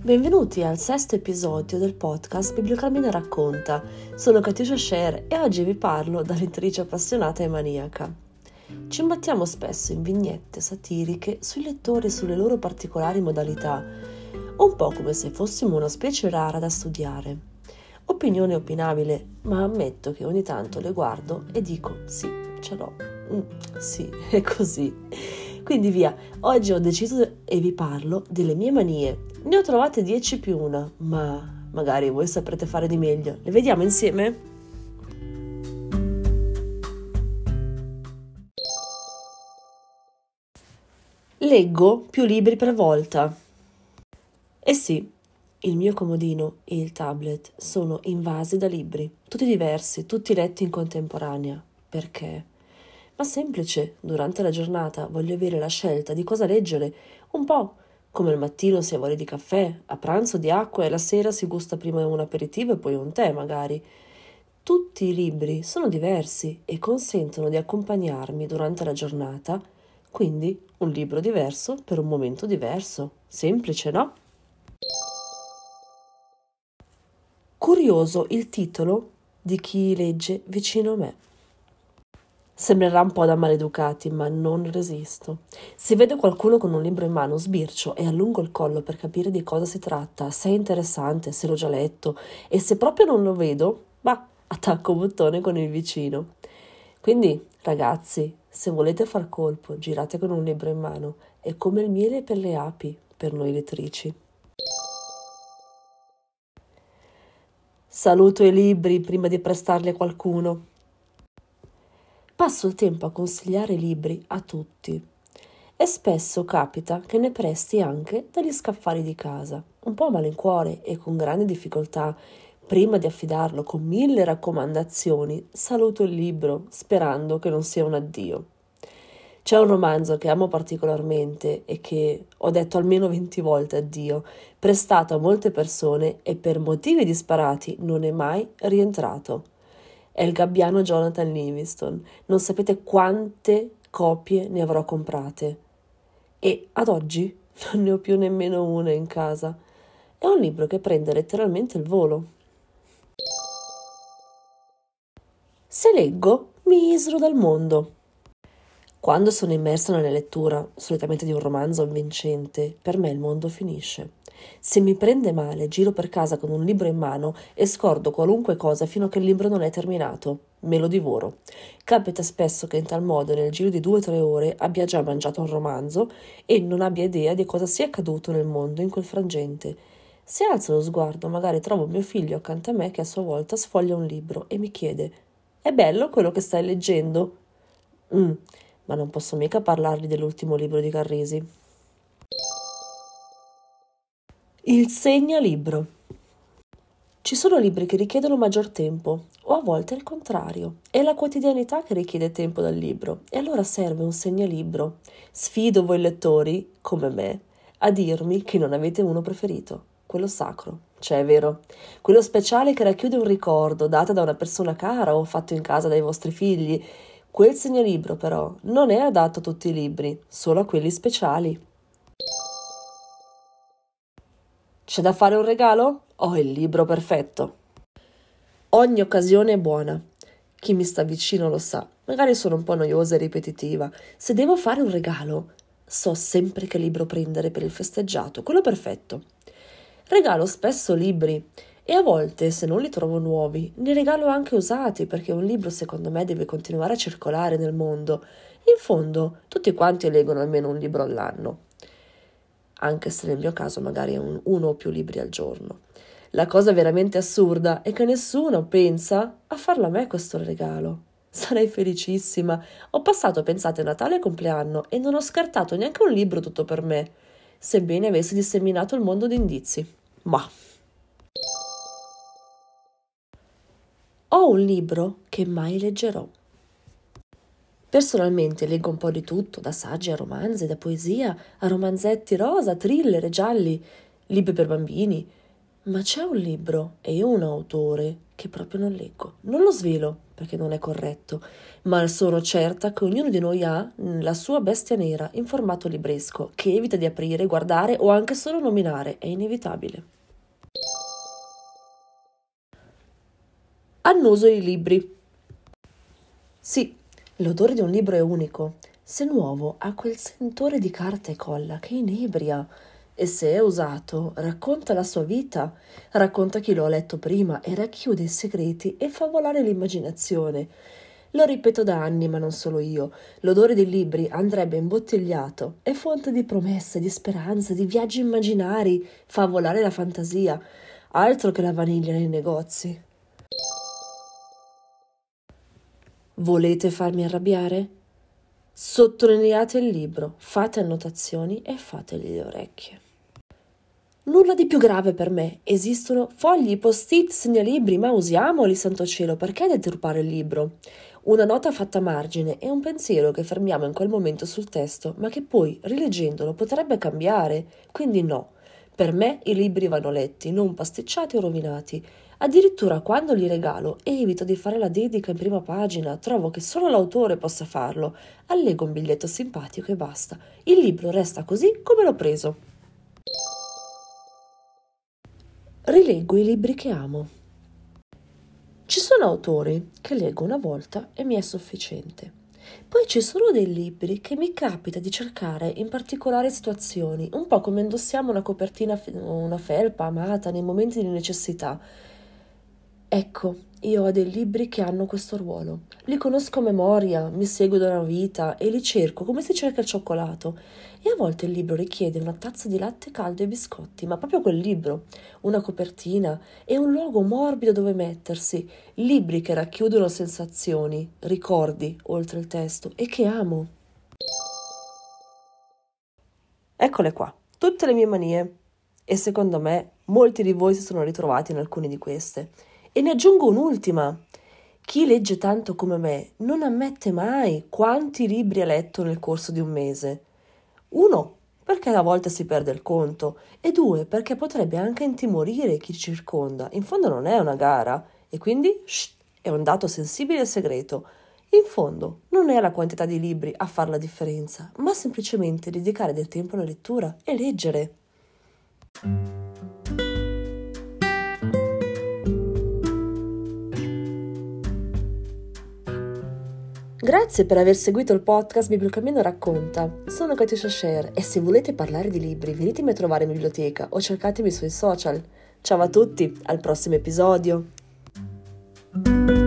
Benvenuti al sesto episodio del podcast Bibliocramina racconta. Sono Katiuscia Sher e oggi vi parlo da lettrice appassionata e maniaca. Ci imbattiamo spesso in vignette satiriche sui lettori e sulle loro particolari modalità, un po' come se fossimo una specie rara da studiare. Opinione opinabile, ma ammetto che ogni tanto le guardo e dico sì, ce l'ho, sì, è così. Quindi via, oggi ho deciso e vi parlo delle mie manie. Ne ho trovate 10 più una, ma magari voi saprete fare di meglio. Le vediamo insieme? Leggo più libri per volta. Eh sì, il mio comodino e il tablet sono invasi da libri, tutti diversi, tutti letti in contemporanea. Perché? Ma semplice, durante la giornata voglio avere la scelta di cosa leggere, un po' come al mattino si ha voglia di caffè, a pranzo di acqua e la sera si gusta prima un aperitivo e poi un tè magari. Tutti i libri sono diversi e consentono di accompagnarmi durante la giornata, quindi un libro diverso per un momento diverso. Semplice, no? Curioso il titolo di chi legge vicino a me. Sembrerà un po' da maleducati, ma non resisto. Se vedo qualcuno con un libro in mano, sbircio e allungo il collo per capire di cosa si tratta, se è interessante, se l'ho già letto, e se proprio non lo vedo, attacco bottone con il vicino. Quindi, ragazzi, se volete far colpo, girate con un libro in mano. È come il miele per le api, per noi lettrici. Saluto i libri prima di prestarli a qualcuno. Passo il tempo a consigliare libri a tutti e spesso capita che ne presti anche dagli scaffali di casa, un po' a malincuore e con grande difficoltà. Prima di affidarlo con 1000 raccomandazioni, saluto il libro sperando che non sia un addio. C'è un romanzo che amo particolarmente e che ho detto almeno 20 volte addio, prestato a molte persone e per motivi disparati non è mai rientrato. È il gabbiano Jonathan Livingston. Non sapete quante copie ne avrò comprate. E ad oggi non ne ho più nemmeno una in casa. È un libro che prende letteralmente il volo. Se leggo, mi isolo dal mondo. Quando sono immersa nella lettura, solitamente di un romanzo avvincente, per me il mondo finisce. Se mi prende male, giro per casa con un libro in mano e scordo qualunque cosa fino a che il libro non è terminato. Me lo divoro. Capita spesso che in tal modo nel giro di 2 o 3 ore abbia già mangiato un romanzo e non abbia idea di cosa sia accaduto nel mondo in quel frangente. Se alzo lo sguardo, magari trovo mio figlio accanto a me che a sua volta sfoglia un libro e mi chiede: «È bello quello che stai leggendo?» Ma non posso mica parlargli dell'ultimo libro di Carrisi. Il segnalibro. Ci sono libri che richiedono maggior tempo, o a volte è il contrario. È la quotidianità che richiede tempo dal libro, e allora serve un segnalibro. Sfido voi lettori, come me, a dirmi che non avete uno preferito, quello sacro. Cioè, è vero, quello speciale che racchiude un ricordo, dato da una persona cara o fatto in casa dai vostri figli. Quel segnalibro, però, non è adatto a tutti i libri, solo a quelli speciali. C'è da fare un regalo? Ho il libro perfetto. Ogni occasione è buona. Chi mi sta vicino lo sa. Magari sono un po' noiosa e ripetitiva. Se devo fare un regalo, so sempre che libro prendere per il festeggiato, quello perfetto. Regalo spesso libri e a volte, se non li trovo nuovi, ne regalo anche usati, perché un libro secondo me deve continuare a circolare nel mondo. In fondo, tutti quanti leggono almeno un libro all'anno, anche se nel mio caso magari è uno o più libri al giorno. La cosa veramente assurda è che nessuno pensa a farlo a me questo regalo. Sarei felicissima. Ho passato, pensate, Natale e compleanno e non ho scartato neanche un libro tutto per me, sebbene avessi disseminato il mondo di indizi. Ma ho un libro che mai leggerò. Personalmente leggo un po' di tutto, da saggi a romanzi, da poesia a romanzetti rosa, thriller e gialli, libri per bambini. Ma c'è un libro e un autore che proprio non leggo. Non lo svelo perché non è corretto, ma sono certa che ognuno di noi ha la sua bestia nera in formato libresco che evita di aprire, guardare o anche solo nominare. È inevitabile. Annuso i libri. Sì, l'odore di un libro è unico. Se nuovo, ha quel sentore di carta e colla che inebria. E se è usato, racconta la sua vita, racconta chi lo ha letto prima e racchiude i segreti e fa volare l'immaginazione. Lo ripeto da anni, ma non solo io. L'odore dei libri andrebbe imbottigliato. È fonte di promesse, di speranze, di viaggi immaginari. Fa volare la fantasia. Altro che la vaniglia nei negozi. Volete farmi arrabbiare? Sottolineate il libro, fate annotazioni e fategli le orecchie. Nulla di più grave per me. Esistono fogli, post-it, segnalibri, ma usiamoli, santo cielo, perché deturpare il libro? Una nota fatta a margine è un pensiero che fermiamo in quel momento sul testo, ma che poi, rileggendolo, potrebbe cambiare. Quindi no. Per me i libri vanno letti, non pasticciati o rovinati. Addirittura quando li regalo evito di fare la dedica in prima pagina, trovo che solo l'autore possa farlo. Allego un biglietto simpatico e basta. Il libro resta così come l'ho preso. Rileggo i libri che amo. Ci sono autori che leggo una volta e mi è sufficiente. Poi ci sono dei libri che mi capita di cercare in particolari situazioni, un po' come indossiamo una copertina, una felpa amata nei momenti di necessità. Ecco, io ho dei libri che hanno questo ruolo. Li conosco a memoria, mi seguo da una vita e li cerco come si cerca il cioccolato. E a volte il libro richiede una tazza di latte caldo e biscotti, ma proprio quel libro, una copertina e un luogo morbido dove mettersi. Libri che racchiudono sensazioni, ricordi, oltre il testo, e che amo. Eccole qua, tutte le mie manie. E secondo me molti di voi si sono ritrovati in alcune di queste. E ne aggiungo un'ultima. Chi legge tanto come me non ammette mai quanti libri ha letto nel corso di un mese. 1, perché a volte si perde il conto, e 2, perché potrebbe anche intimorire chi ci circonda. In fondo non è una gara, e quindi è un dato sensibile e segreto. In fondo non è la quantità di libri a far la differenza, ma semplicemente dedicare del tempo alla lettura e leggere. Grazie per aver seguito il podcast Bibliocamino racconta. Sono Katia Scher e se volete parlare di libri venitemi a trovare in biblioteca o cercatemi sui social. Ciao a tutti, al prossimo episodio!